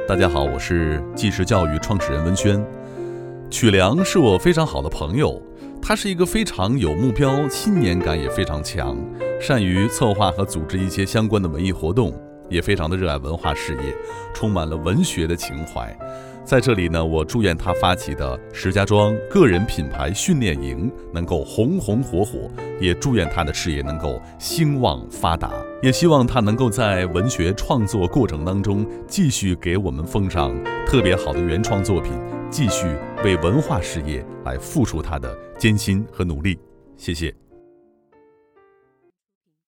大家好，我是纪实教育创始人文轩。曲良是我非常好的朋友，他是一个非常有目标、信念感也非常强，善于策划和组织一些相关的文艺活动，也非常的热爱文化事业，充满了文学的情怀。在这里呢，我祝愿他发起的石家庄个人品牌训练营能够红红火火，也祝愿他的事业能够兴旺发达，也希望他能够在文学创作过程当中继续给我们奉上特别好的原创作品，继续为文化事业来付出他的艰辛和努力。谢谢。